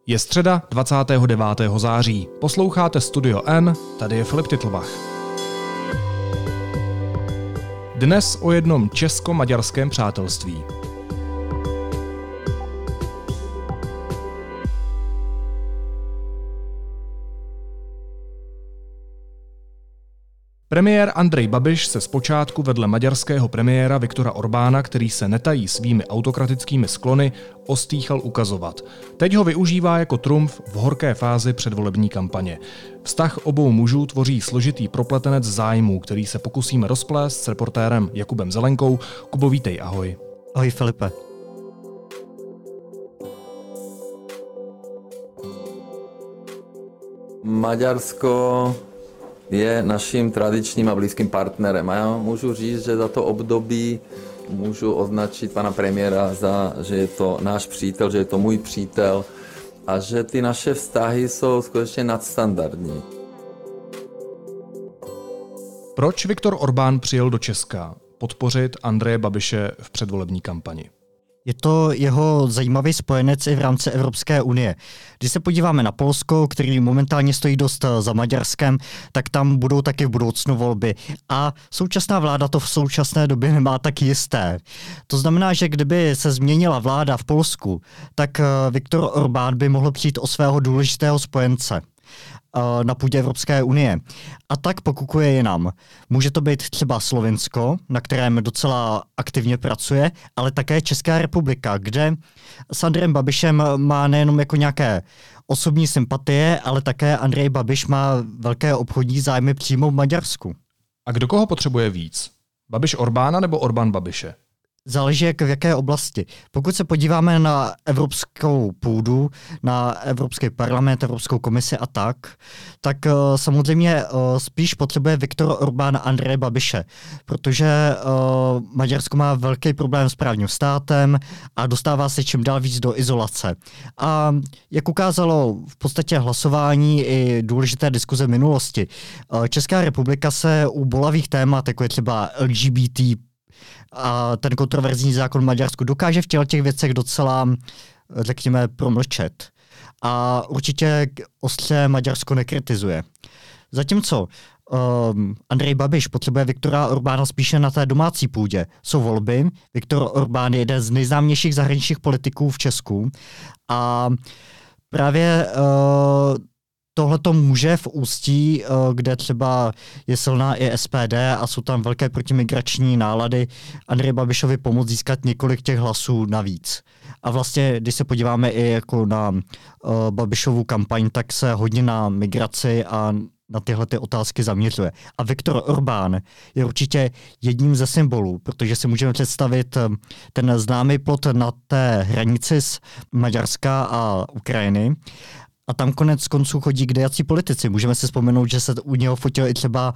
Je středa 29. září. Posloucháte Studio N, tady je Filip Titlbach. Dnes o jednom česko-maďarském přátelství. Premiér Andrej Babiš se zpočátku vedle maďarského premiéra Viktora Orbána, který se netají svými autokratickými sklony, ostýchal ukazovat. Teď ho využívá jako trumf v horké fázi předvolební kampaně. Vztah obou mužů tvoří složitý propletenec zájmů, který se pokusíme rozplést s reportérem Jakubem Zelenkou. Kubo, vítej, ahoj. Ahoj, Filipe. Maďarsko je naším tradičním a blízkým partnerem. A já můžu říct, že za to období můžu označit pana premiéra že je to náš přítel, že je to můj přítel a že ty naše vztahy jsou skutečně nadstandardní. Proč Viktor Orbán přijel do Česka podpořit Andreje Babiše v předvolební kampani? Je to jeho zajímavý spojenec i v rámci Evropské unie. Když se podíváme na Polsko, který momentálně stojí dost za Maďarskem, tak tam budou taky v budoucnu volby. A současná vláda to v současné době nemá tak jisté. To znamená, že kdyby se změnila vláda v Polsku, tak Viktor Orbán by mohl přijít o svého důležitého spojence na půdě Evropské unie. A tak pokukuje jinam. Může to být třeba Slovinsko, na kterém docela aktivně pracuje, ale také Česká republika, kde s Andrejem Babišem má nejenom jako nějaké osobní sympatie, ale také Andrej Babiš má velké obchodní zájmy přímo v Maďarsku. A kdo koho potřebuje víc? Babiš Orbána nebo Orbán Babiše? Záleží v jaké oblasti. Pokud se podíváme na evropskou půdu, na Evropský parlament, Evropskou komisi a tak samozřejmě spíš potřebuje Viktor Orbán Andreje Babiše, protože Maďarsko má velký problém s právním státem a dostává se čím dál víc do izolace. A jak ukázalo v podstatě hlasování i důležité diskuze minulosti, Česká republika se u bolavých témat, jako je třeba LGBT, a ten kontroverzní zákon v Maďarsku dokáže v těch věcech docela, řekněme, promlčet. A určitě ostře Maďarsko nekritizuje. Zatímco Andrej Babiš potřebuje Viktora Orbána spíše na té domácí půdě. Jsou volby, Viktor Orbán je jeden z nejznámějších zahraničních politiků v Česku a právě tohleto může v Ústí, kde třeba je silná i SPD a jsou tam velké protimigrační nálady, Andreji Babišovi pomoct získat několik těch hlasů navíc. A vlastně, když se podíváme i jako na Babišovu kampaň, tak se hodně na migraci a na tyhle ty otázky zaměřuje. A Viktor Orbán je určitě jedním ze symbolů, protože si můžeme představit ten známý plot na té hranici z Maďarska a Ukrajiny. A tam konec konců chodí kdejací politici. Můžeme si vzpomenout, že se u něho fotil i třeba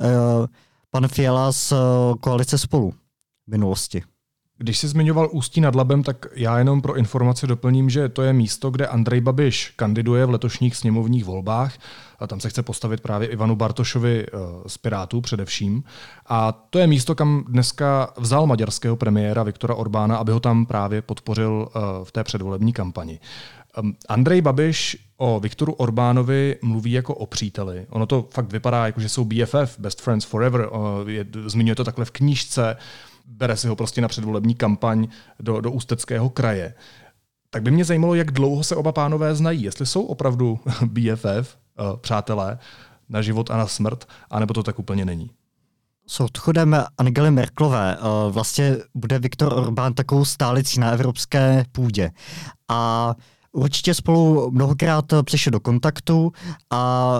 pan Fiala z koalice Spolu v minulosti. Když jsi zmiňoval Ústí nad Labem, tak já jenom pro informaci doplním, že to je místo, kde Andrej Babiš kandiduje v letošních sněmovních volbách. A tam se chce postavit právě Ivanu Bartošovi z Pirátů především. A to je místo, kam dneska vzal maďarského premiéra Viktora Orbána, aby ho tam právě podpořil v té předvolební kampani. Andrej Babiš o Viktoru Orbánovi mluví jako o příteli. Ono to fakt vypadá, jako že jsou BFF, Best Friends Forever. Zmiňuje to takhle v knížce, bere si ho prostě na předvolební kampaň do Ústeckého kraje. Tak by mě zajímalo, jak dlouho se oba pánové znají. Jestli jsou opravdu BFF, přátelé, na život a na smrt, anebo to tak úplně není. S odchodem Angely Merkelové vlastně bude Viktor Orbán takovou stálicí na evropské půdě. A určitě spolu mnohokrát přišli do kontaktu a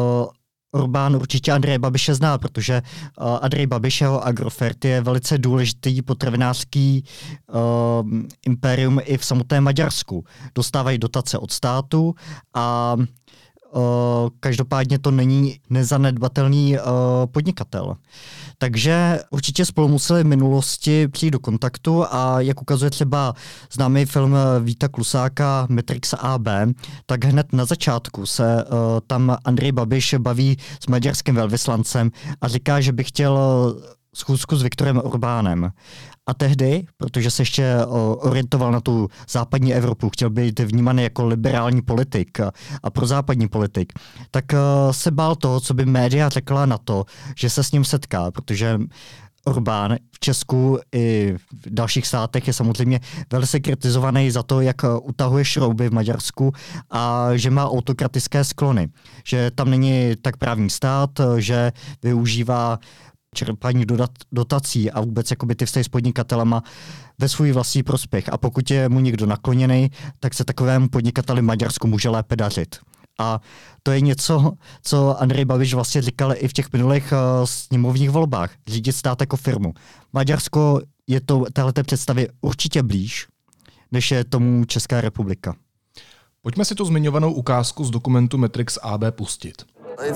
Orbán určitě Andreje Babiše zná, protože Andrej Babiš, jeho Agrofert, je velice důležitý potravinářský impérium i v samotném Maďarsku. Dostávají dotace od státu a každopádně to není nezanedbatelný podnikatel. Takže určitě spolu museli v minulosti přijít do kontaktu a jak ukazuje třeba známý film Víta Klusáka Matrix AB, tak hned na začátku se tam Andrej Babiš baví s maďarským velvyslancem a říká, že by chtěl schůzku s Viktorem Orbánem. A tehdy, protože se ještě orientoval na tu západní Evropu, chtěl být vnímaný jako liberální politik a prozápadní politik, tak se bál toho, co by média řekla na to, že se s ním setká, protože Orbán v Česku i v dalších státech je samozřejmě velice kritizovaný za to, jak utahuje šrouby v Maďarsku a že má autokratické sklony. Že tam není tak právní stát, že využívá čerpání dotací a vůbec jakoby ty vztahy s podnikatelema ve svůj vlastní prospěch. A pokud je mu někdo nakloněný, tak se takovému podnikateli v Maďarsku může lépe dařit. A to je něco, co Andrej Babiš vlastně říkal i v těch minulých sněmovních volbách. Řídit stát jako firmu. Maďarsko je to téhleté představě určitě blíž, než je tomu Česká republika. Pojďme si tu zmiňovanou ukázku z dokumentu Matrix AB pustit.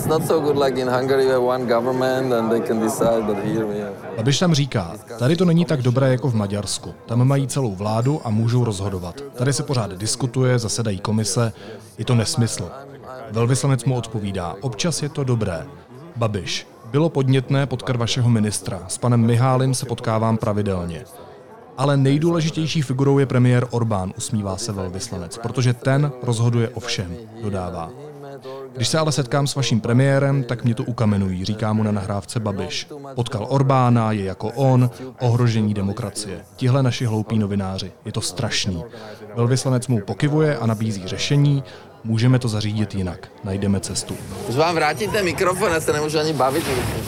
Babiš tam říká, tady to není tak dobré jako v Maďarsku. Tam mají celou vládu a můžou rozhodovat. Tady se pořád diskutuje, zasedají komise, je to nesmysl. Velvyslanec mu odpovídá, občas je to dobré. Babiš, bylo podnětné potkat vašeho ministra. S panem Mihálem se potkávám pravidelně. Ale nejdůležitější figurou je premiér Orbán, usmívá se velvyslanec, protože ten rozhoduje o všem, dodává. Když se ale setkám s vaším premiérem, tak mě to ukamenují, říká mu na nahrávce Babiš. Potkal Orbána, je jako on, ohrožení demokracie. Tihle naši hloupí novináři, je to strašný. Velvyslanec mu pokyvuje a nabízí řešení, můžeme to zařídit jinak, najdeme cestu. Už vám vrátíte mikrofon, já se nemůžu ani bavit.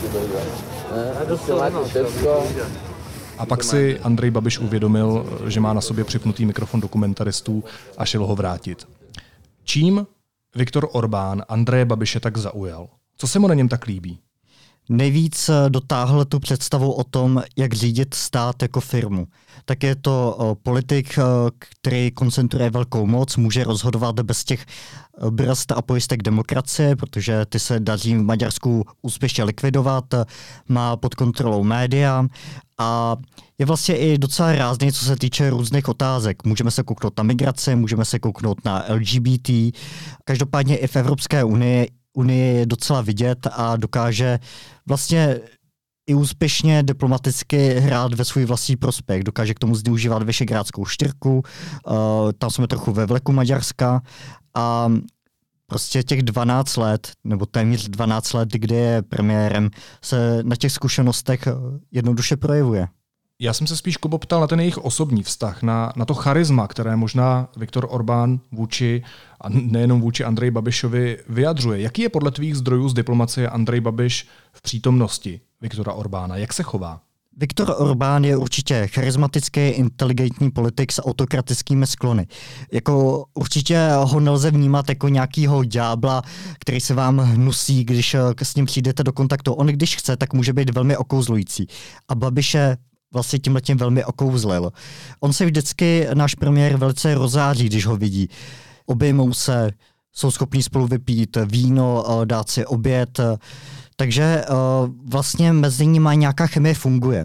A pak si Andrej Babiš uvědomil, že má na sobě připnutý mikrofon dokumentaristů a šel ho vrátit. Čím Viktor Orbán Andreje Babiše tak zaujal? Co se mu na něm tak líbí? Nejvíc dotáhl tu představu o tom, jak řídit stát jako firmu. Tak je to politik, který koncentruje velkou moc, může rozhodovat bez těch brzd a pojistek demokracie, protože ty se daří v Maďarsku úspěšně likvidovat, má pod kontrolou média a je vlastně i docela rázný, co se týče různých otázek. Můžeme se kouknout na migraci, můžeme se kouknout na LGBT. Každopádně i v Evropské unii je docela vidět a dokáže vlastně i úspěšně diplomaticky hrát ve svůj vlastní prospěch. Dokáže k tomu využívat Visegrádskou čtyřku, tam jsme trochu ve vleku Maďarska a prostě těch 12 let, nebo téměř 12 let, kdy je premiérem, se na těch zkušenostech jednoduše projevuje. Já jsem se spíš, Kubo, ptal na ten jejich osobní vztah, na to charisma, které možná Viktor Orbán vůči, a nejenom vůči Andreji Babišovi, vyjadřuje. Jaký je podle tvých zdrojů z diplomacie Andrej Babiš v přítomnosti Viktora Orbána? Jak se chová? Viktor Orbán je určitě charismatický, inteligentní politik s autokratickými sklony. Jako určitě ho nelze vnímat jako nějakýho ďábla, který se vám hnusí, když s ním přijdete do kontaktu. On když chce, tak může být velmi okouzlující. A Babiše vlastně tímhletím velmi okouzlil. On se vždycky, náš premiér, velice rozáří, když ho vidí. Obejmou se, jsou schopní spolu vypít víno, dát si oběd, takže vlastně mezi nimi nějaká chemie funguje.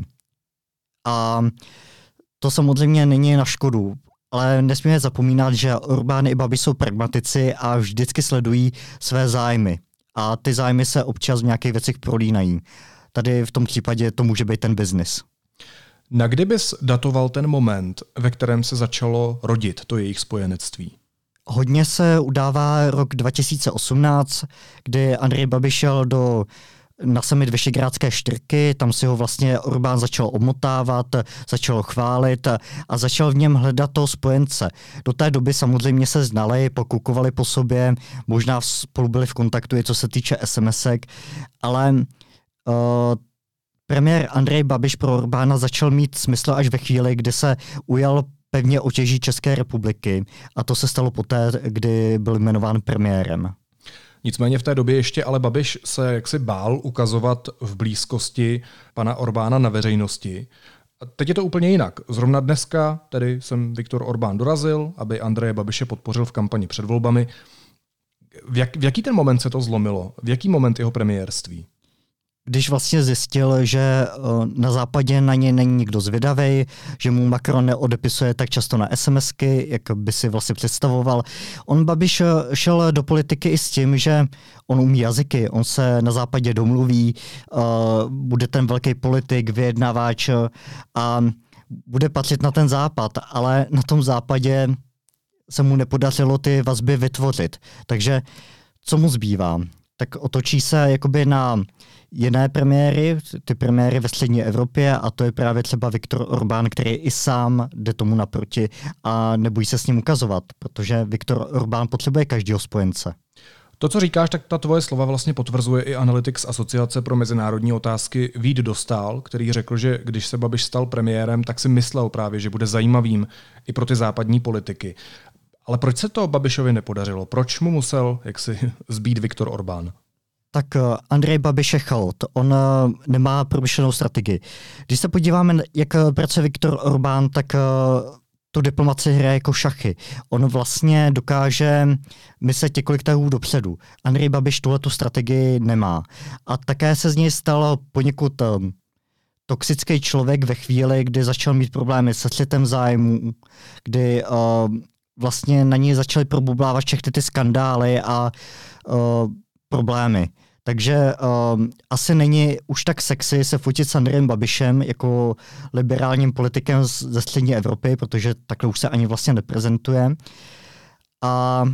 A to samozřejmě není na škodu, ale nesmíme zapomínat, že Orbán i Babiš jsou pragmatici a vždycky sledují své zájmy. A ty zájmy se občas v nějakých věcech prolínají. Tady v tom případě to může být ten biznis. Na kdy bys datoval ten moment, ve kterém se začalo rodit to jejich spojenectví? Hodně se udává rok 2018, kdy Andrej Babiš šel na summit Visegrádské čtyřky, tam si ho vlastně Orbán začal obmotávat, začal ho chválit a začal v něm hledat toho spojence. Do té doby samozřejmě se znali, pokukovali po sobě, možná spolu byli v kontaktu, co se týče SMSek, ale premiér Andrej Babiš pro Orbána začal mít smysl až ve chvíli, kdy se ujal pevně otěží České republiky a to se stalo poté, kdy byl jmenován premiérem. Nicméně v té době ještě ale Babiš se jaksi bál ukazovat v blízkosti pana Orbána na veřejnosti. A teď je to úplně jinak. Zrovna dneska tedy jsem Viktor Orbán dorazil, aby Andreje Babiše podpořil v kampani před volbami. V jaký ten moment se to zlomilo? V jaký moment jeho premiérství? když vlastně zjistil, že na západě na ně není nikdo zvědavej, že mu Macron neodepisuje tak často na SMSky, jak by si vlastně představoval. Babiš šel do politiky i s tím, že on umí jazyky, on se na západě domluví, bude ten velký politik, vyjednavač a bude patřit na ten západ, ale na tom západě se mu nepodařilo ty vazby vytvořit. Takže co mu zbývá? Tak otočí se jakoby na jiné premiéry, ty premiéry ve střední Evropě, a to je právě třeba Viktor Orbán, který i sám jde tomu naproti a nebojí se s ním ukazovat, protože Viktor Orbán potřebuje každého spojence. To, co říkáš, tak ta tvoje slova vlastně potvrzuje i analytik z Asociace pro mezinárodní otázky Vít Dostál, který řekl, že když se Babiš stal premiérem, tak si myslel právě, že bude zajímavým i pro ty západní politiky. Ale proč se to Babišovi nepodařilo? Proč mu musel jaksi zbýt Viktor Orbán? Tak Andrej Babiš je chaot. On nemá promyšlenou strategii. Když se podíváme, jak pracuje Viktor Orbán, tak tu diplomaci hraje jako šachy. On vlastně dokáže myslet několik tahů dopředu. Andrej Babiš tuhletu strategii nemá. A také se z něj stal poněkud toxický člověk ve chvíli, kdy začal mít problémy se střetem zájmů, kdy vlastně na něj začaly probublávat všechny ty skandály a problémy. Takže asi není už tak sexy se fotit s Andrejem Babišem jako liberálním politikem ze střední Evropy, protože takhle už se ani vlastně neprezentuje. A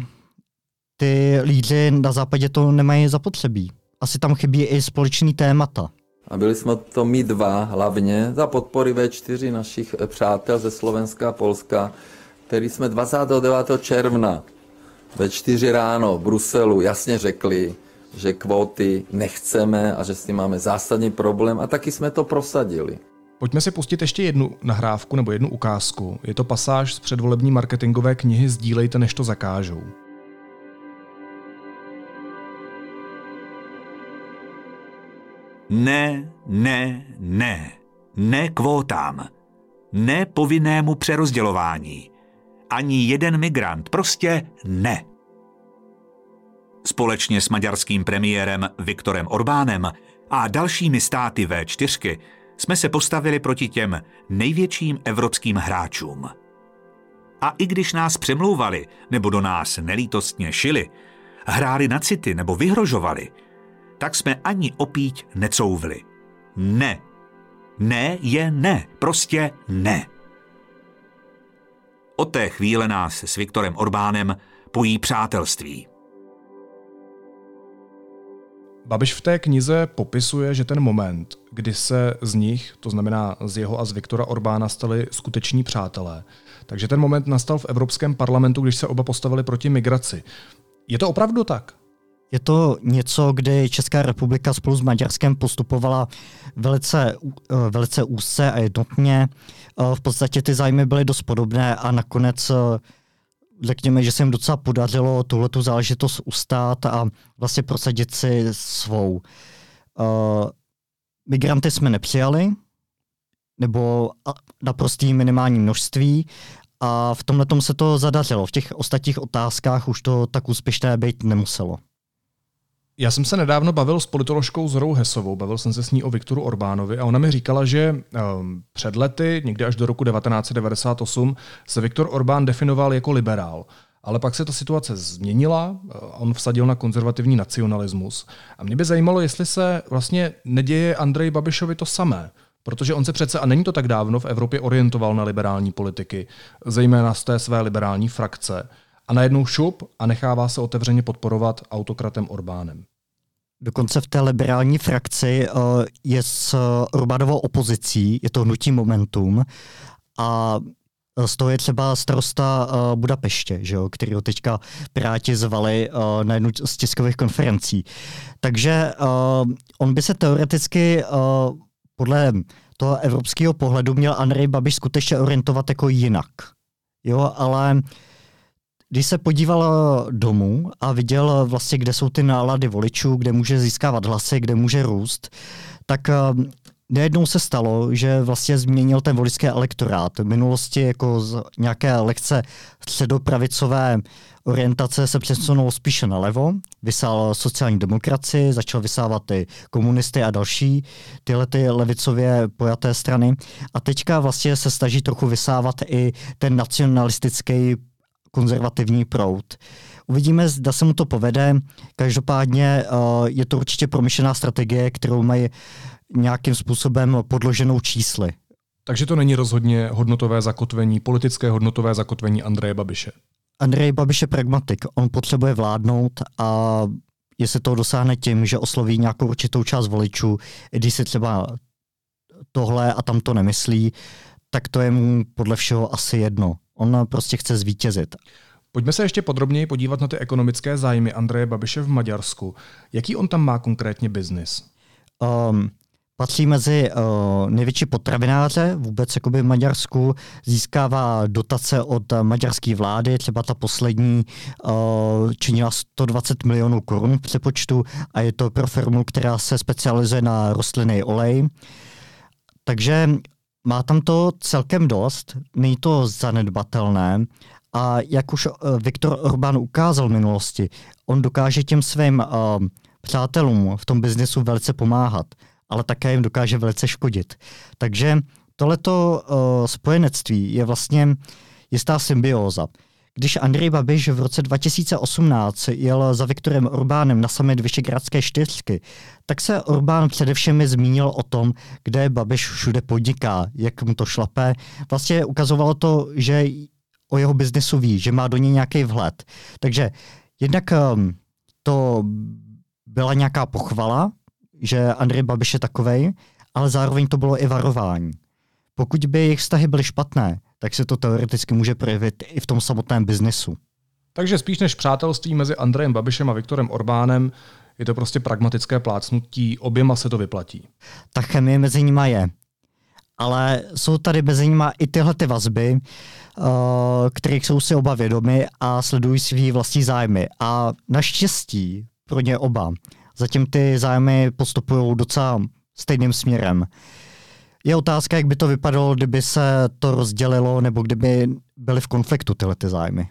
ty lídři na západě to nemají zapotřebí. Asi tam chybí i společný témata. A byli jsme to my dva hlavně za podpory V4 našich přátel ze Slovenska a Polska, který jsme 29. června ve 4 ráno v Bruselu jasně řekli, že kvóty nechceme a že s tím máme zásadní problém, a taky jsme to prosadili. Pojďme si pustit ještě jednu nahrávku nebo jednu ukázku. Je to pasáž z předvolební marketingové knihy Sdílejte, než to zakážou. Ne, ne, ne. Ne kvótám. Ne povinnému přerozdělování. Ani jeden migrant. Prostě ne. Společně s maďarským premiérem Viktorem Orbánem a dalšími státy V4 jsme se postavili proti těm největším evropským hráčům. A i když nás přemlouvali nebo do nás nelítostně šili, hráli na city nebo vyhrožovali, tak jsme ani opíť necouvli. Ne. Ne je ne. Prostě ne. Od té chvíle nás s Viktorem Orbánem pojí přátelství. Babiš v té knize popisuje, že ten moment, kdy se z nich, to znamená z jeho a z Viktora Orbána, stali skuteční přátelé, takže ten moment nastal v Evropském parlamentu, když se oba postavili proti migraci. Je to opravdu tak? Je to něco, kdy Česká republika spolu s Maďarskem postupovala velice úzce a jednotně. V podstatě ty zájmy byly dost podobné a nakonec řekněme, že se jim docela podařilo tuhletu záležitost ustát a vlastně prosadit si svou. Migranty jsme nepřijali, nebo naprostý minimální množství, a v tomhletom se to zadařilo. V těch ostatních otázkách už to tak úspěšné být nemuselo. Já jsem se nedávno bavil s politoložkou Zorou Hesovou, bavil jsem se s ní o Viktoru Orbánovi a ona mi říkala, že před lety, někdy až do roku 1998, se Viktor Orbán definoval jako liberál. Ale pak se ta situace změnila, on vsadil na konzervativní nacionalismus. A mě by zajímalo, jestli se vlastně neděje Andreji Babišovi to samé. Protože on se přece, a není to tak dávno, v Evropě orientoval na liberální politiky, zejména z té své liberální frakce. A najednou šup a nechává se otevřeně podporovat autokratem Orbánem. Dokonce v té liberální frakci je s Orbánovou opozicí, je to hnutí Momentum, a z toho je třeba starosta Budapeště, že jo, kterýho teďka Piráti zvali na jednu z tiskových konferencí. Takže on by se teoreticky podle toho evropského pohledu měl Andrej Babiš skutečně orientovat jako jinak. Jo, ale když se podíval domů a viděl vlastně, kde jsou ty nálady voličů, kde může získávat hlasy, kde může růst, tak nejednou se stalo, že vlastně změnil ten voličský elektorát. V minulosti jako z nějaké lehce středopravicové orientace se přesunul spíše nalevo, vysál sociální demokracii, začal vysávat i komunisty a další tyhle ty levicově pojaté strany. A teďka vlastně se snaží trochu vysávat i ten nacionalistický konzervativní proud. Uvidíme, zda se mu to povede. Každopádně je to určitě promyšlená strategie, kterou mají nějakým způsobem podloženou čísly. Takže to není rozhodně hodnotové zakotvení, politické hodnotové zakotvení Andreje Babiše. Andrej Babiš je pragmatik. On potřebuje vládnout a jestli to dosáhne tím, že osloví nějakou určitou část voličů, i když si třeba tohle a tamto nemyslí, tak to je mu podle všeho asi jedno. On prostě chce zvítězit. Pojďme se ještě podrobněji podívat na ty ekonomické zájmy Andreje Babiše v Maďarsku. Jaký on tam má konkrétně biznis? Patří mezi největší potravináře vůbec jakoby v Maďarsku, získává dotace od maďarské vlády, třeba ta poslední činila 120 milionů korun v přepočtu a je to pro firmu, která se specializuje na rostlinný olej. Takže má tam to celkem dost, není to zanedbatelné a jak už Viktor Orbán ukázal v minulosti, on dokáže těm svým přátelům v tom biznesu velice pomáhat, ale také jim dokáže velice škodit. Takže tohleto spojenectví je vlastně jistá symbióza. Když Andrej Babiš v roce 2018 jel za Viktorem Orbánem na summit Visegrádské čtyřky, tak se Orbán především zmínil o tom, kde Babiš všude podniká, jak mu to šlape. Vlastně ukazovalo to, že o jeho biznesu ví, že má do něj nějaký vhled. Takže jednak to byla nějaká pochvala, že Andrej Babiš je takovej, ale zároveň to bylo i varování. Pokud by jejich vztahy byly špatné, tak se to teoreticky může projevit i v tom samotném biznesu. Takže spíš než přátelství mezi Andrejem Babišem a Viktorem Orbánem je to prostě pragmatické plácnutí, oběma se to vyplatí. Ta chemie mezi nima je. Ale jsou tady mezi nima i tyhle ty vazby, kterých jsou si oba vědomi a sledují svý vlastní zájmy. A naštěstí pro ně oba zatím ty zájmy postupují docela stejným směrem. Je otázka, jak by to vypadalo, kdyby se to rozdělilo nebo kdyby byly v konfliktu tyhle ty zájmy.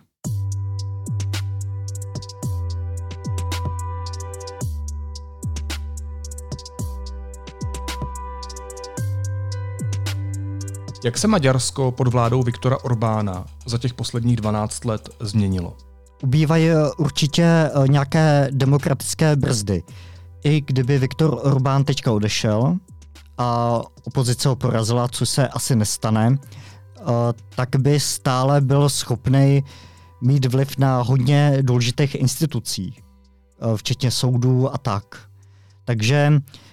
Jak se Maďarsko pod vládou Viktora Orbána za těch posledních 12 let změnilo? Ubývají určitě nějaké demokratické brzdy. I kdyby Viktor Orbán teďka odešel a opozice ho porazila, což se asi nestane, tak by stále byl schopný mít vliv na hodně důležitých institucí, včetně soudů a tak. Takže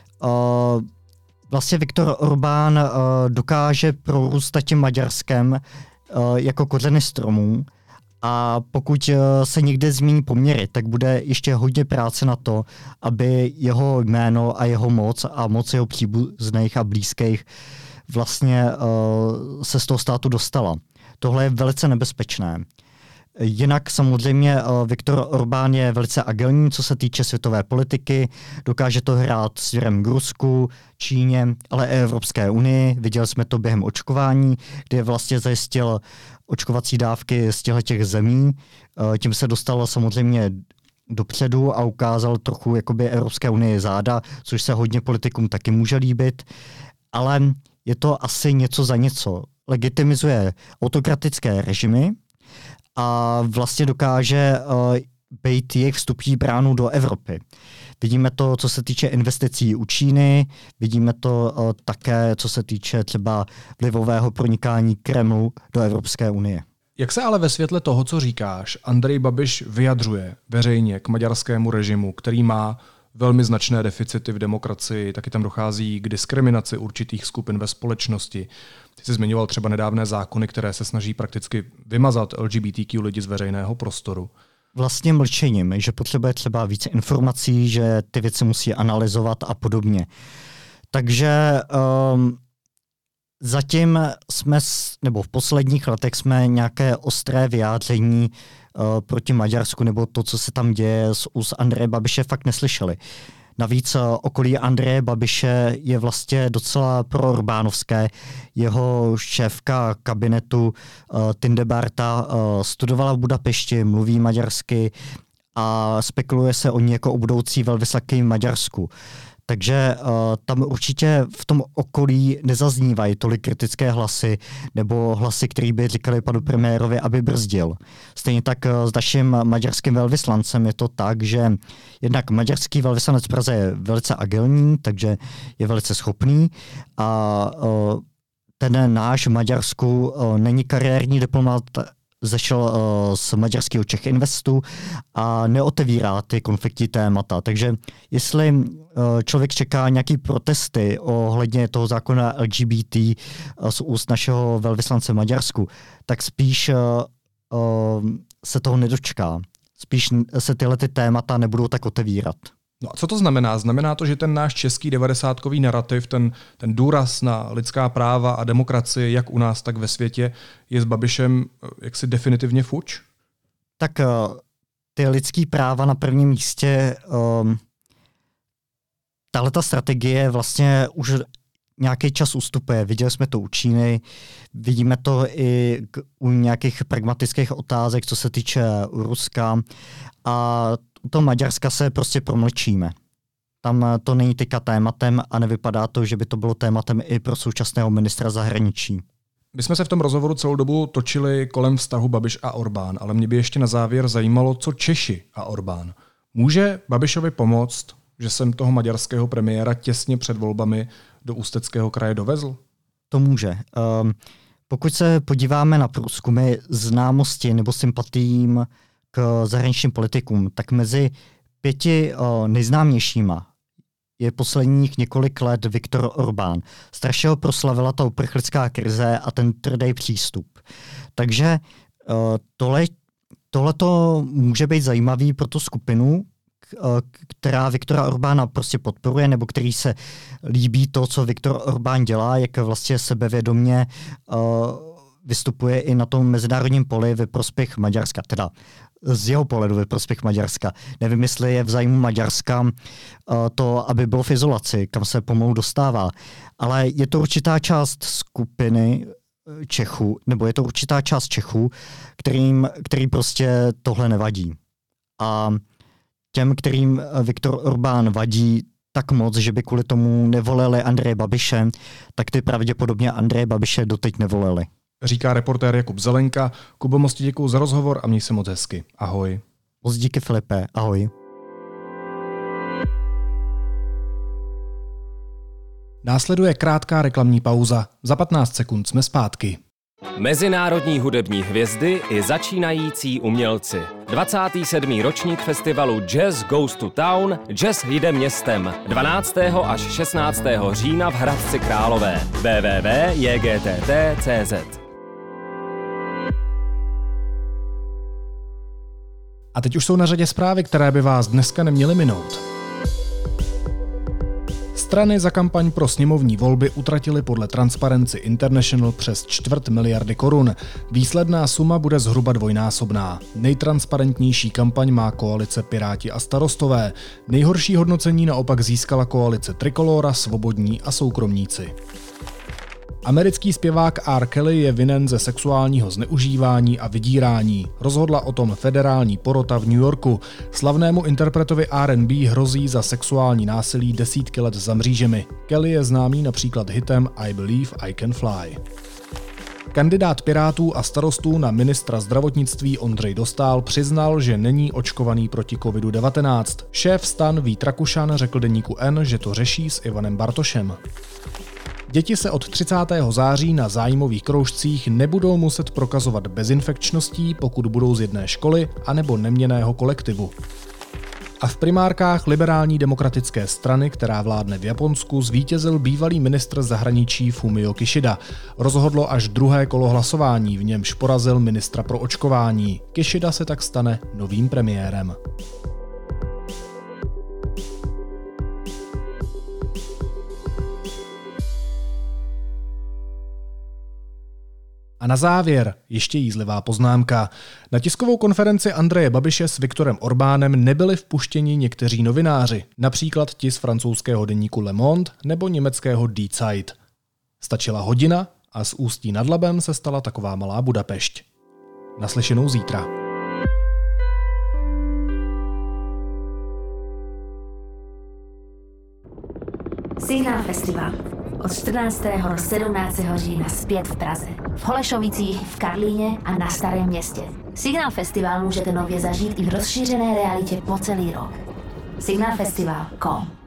vlastně Viktor Orbán dokáže prorůstat tím Maďarskem jako kořeny stromů a pokud se někde změní poměry, tak bude ještě hodně práce na to, aby jeho jméno a jeho moc a moc jeho příbuzných a blízkých vlastně se z toho státu dostala. Tohle je velice nebezpečné. Jinak samozřejmě Viktor Orbán je velice agilní, co se týče světové politiky, dokáže to hrát směrem k Rusku, Číně, ale i Evropské unii. Viděli jsme to během očkování, kde vlastně zajistil očkovací dávky z těch zemí. Tím se dostal samozřejmě dopředu a ukázal trochu jakoby Evropské unii záda, což se hodně politikům taky může líbit, ale je to asi něco za něco. Legitimizuje autokratické režimy, a vlastně dokáže být jejich vstupní bránou do Evropy. Vidíme to, co se týče investicí u Číny, vidíme to také, co se týče třeba vlivového pronikání Kremlu do Evropské unie. Jak se ale ve světle toho, co říkáš, Andrej Babiš vyjadřuje veřejně k maďarskému režimu, který má velmi značné deficity v demokracii, taky tam dochází k diskriminaci určitých skupin ve společnosti. Ty jsi zmiňoval třeba nedávné zákony, které se snaží prakticky vymazat LGBTQ lidi z veřejného prostoru. Vlastně mlčením, že potřebuje třeba více informací, že ty věci musí analyzovat a podobně. Takže zatím jsme, nebo v posledních letech jsme nějaké ostré vyjádření proti Maďarsku nebo to, co se tam děje z úst Andreje Babiše, fakt neslyšeli. Navíc okolí Andreje Babiše je vlastně docela proorbánovské. Jeho šéfka kabinetu Tindebarta studovala v Budapešti, mluví maďarsky a spekuluje se o ní jako o budoucí velvyslankyni v Maďarsku. Takže tam určitě v tom okolí nezaznívají tolik kritické hlasy nebo hlasy, které by říkali panu premiérovi, aby brzdil. Stejně tak s naším maďarským velvyslancem je to tak, že jednak maďarský velvyslanec v Praze je velice agilní, takže je velice schopný a ten náš v Maďarsku není kariérní diplomat, zešel z maďarského Czech Investu a neotevírá ty konfliktní témata. Takže jestli člověk čeká nějaký protesty ohledně toho zákona LGBT z úst našeho velvyslance v Maďarsku, tak spíš se toho nedočká. Spíš se tyhle ty témata nebudou tak otevírat. No a co to znamená? Znamená to, že ten náš český 90kový narrativ, ten důraz na lidská práva a demokracii, jak u nás, tak ve světě, je s Babišem jaksi definitivně fuč? Tak ty lidský práva na prvním místě, tahleta strategie vlastně už nějaký čas ustupuje. Viděli jsme to u Číny, vidíme to i u nějakých pragmatických otázek, co se týče Ruska a u toho Maďarska se prostě promlčíme. Tam to není teďka tématem a nevypadá to, že by to bylo tématem i pro současného ministra zahraničí. My jsme se v tom rozhovoru celou dobu točili kolem vztahu Babiš a Orbán, ale mě by ještě na závěr zajímalo, co Češi a Orbán. Může Babišovi pomoct, že jsem toho maďarského premiéra těsně před volbami do Ústeckého kraje dovezl? To může. Pokud se podíváme na průzkumy známosti nebo sympatiím k zahraničním politikům, tak mezi 5 nejznámějšíma je posledních několik let Viktor Orbán. Strašně ho proslavila ta uprchlická krize a ten tvrdý přístup. Takže tohleto může být zajímavý pro tu skupinu, která Viktora Orbána prostě podporuje, nebo který se líbí to, co Viktor Orbán dělá, jak vlastně sebevědomě vystupuje i na tom mezinárodním poli ve prospěch Maďarska, teda z jeho pohledu ve prospěch Maďarska. Nevím, jestli je v zájmu Maďarska to, aby bylo v izolaci, kam se pomalu dostává. Ale je to určitá část skupiny Čechů, nebo je to určitá část Čechů, který prostě tohle nevadí. A těm, kterým Viktor Orbán vadí tak moc, že by kvůli tomu nevolili Andreje Babiše, tak ty pravděpodobně Andreje Babiše doteď nevolili. Říká reportér Jakub Zelenka. Kubo, moc ti děkuju za rozhovor a měj se moc hezky. Ahoj. Moc díky, Filipe. Ahoj. Následuje krátká reklamní pauza. Za 15 sekund jsme zpátky. Mezinárodní hudební hvězdy i začínající umělci. 27. ročník festivalu Jazz Goes to Town, Jazz jde městem. 12. až 16. října v Hradci Králové. www.jgt.cz. A teď už jsou na řadě zprávy, které by vás dneska neměly minout. Strany za kampaň pro sněmovní volby utratily podle Transparency International přes 250 miliardy korun. Výsledná suma bude zhruba dvojnásobná. Nejtransparentnější kampaň má koalice Piráti a Starostové. Nejhorší hodnocení naopak získala koalice Trikolóra, Svobodní a Soukromníci. Americký zpěvák R. Kelly je vinen ze sexuálního zneužívání a vydírání. Rozhodla o tom federální porota v New Yorku. Slavnému interpretovi R&B hrozí za sexuální násilí 10 let za mřížemi. Kelly je známý například hitem I Believe I Can Fly. Kandidát Pirátů a Starostů na ministra zdravotnictví Ondřej Dostál přiznal, že není očkovaný proti COVID-19. Šéf STAN Vít Rakušan řekl deníku N, že to řeší s Ivanem Bartošem. Děti se od 30. září na zájmových kroužcích nebudou muset prokazovat bezinfekčností, pokud budou z jedné školy anebo neměnného kolektivu. A v primárkách liberální demokratické strany, která vládne v Japonsku, zvítězil bývalý ministr zahraničí Fumio Kishida. Rozhodlo až druhé kolo hlasování, v němž porazil ministra pro očkování. Kishida se tak stane novým premiérem. A A na závěr ještě jízlivá poznámka. Na tiskovou konferenci Andreje Babiše s Viktorem Orbánem nebyli vpuštěni někteří novináři, například ti z francouzského deníku Le Monde nebo německého Die Zeit. Stačila hodina a z Ústí nad Labem se stala taková malá Budapešť. Naslyšenou zítra. Signál Festival. Od 14. do 17. října zpět v Praze. V Holešovicích, v Karlíně a na Starém Městě. Signál Festival můžete nově zažít i v rozšířené realitě po celý rok. Signálfestival.com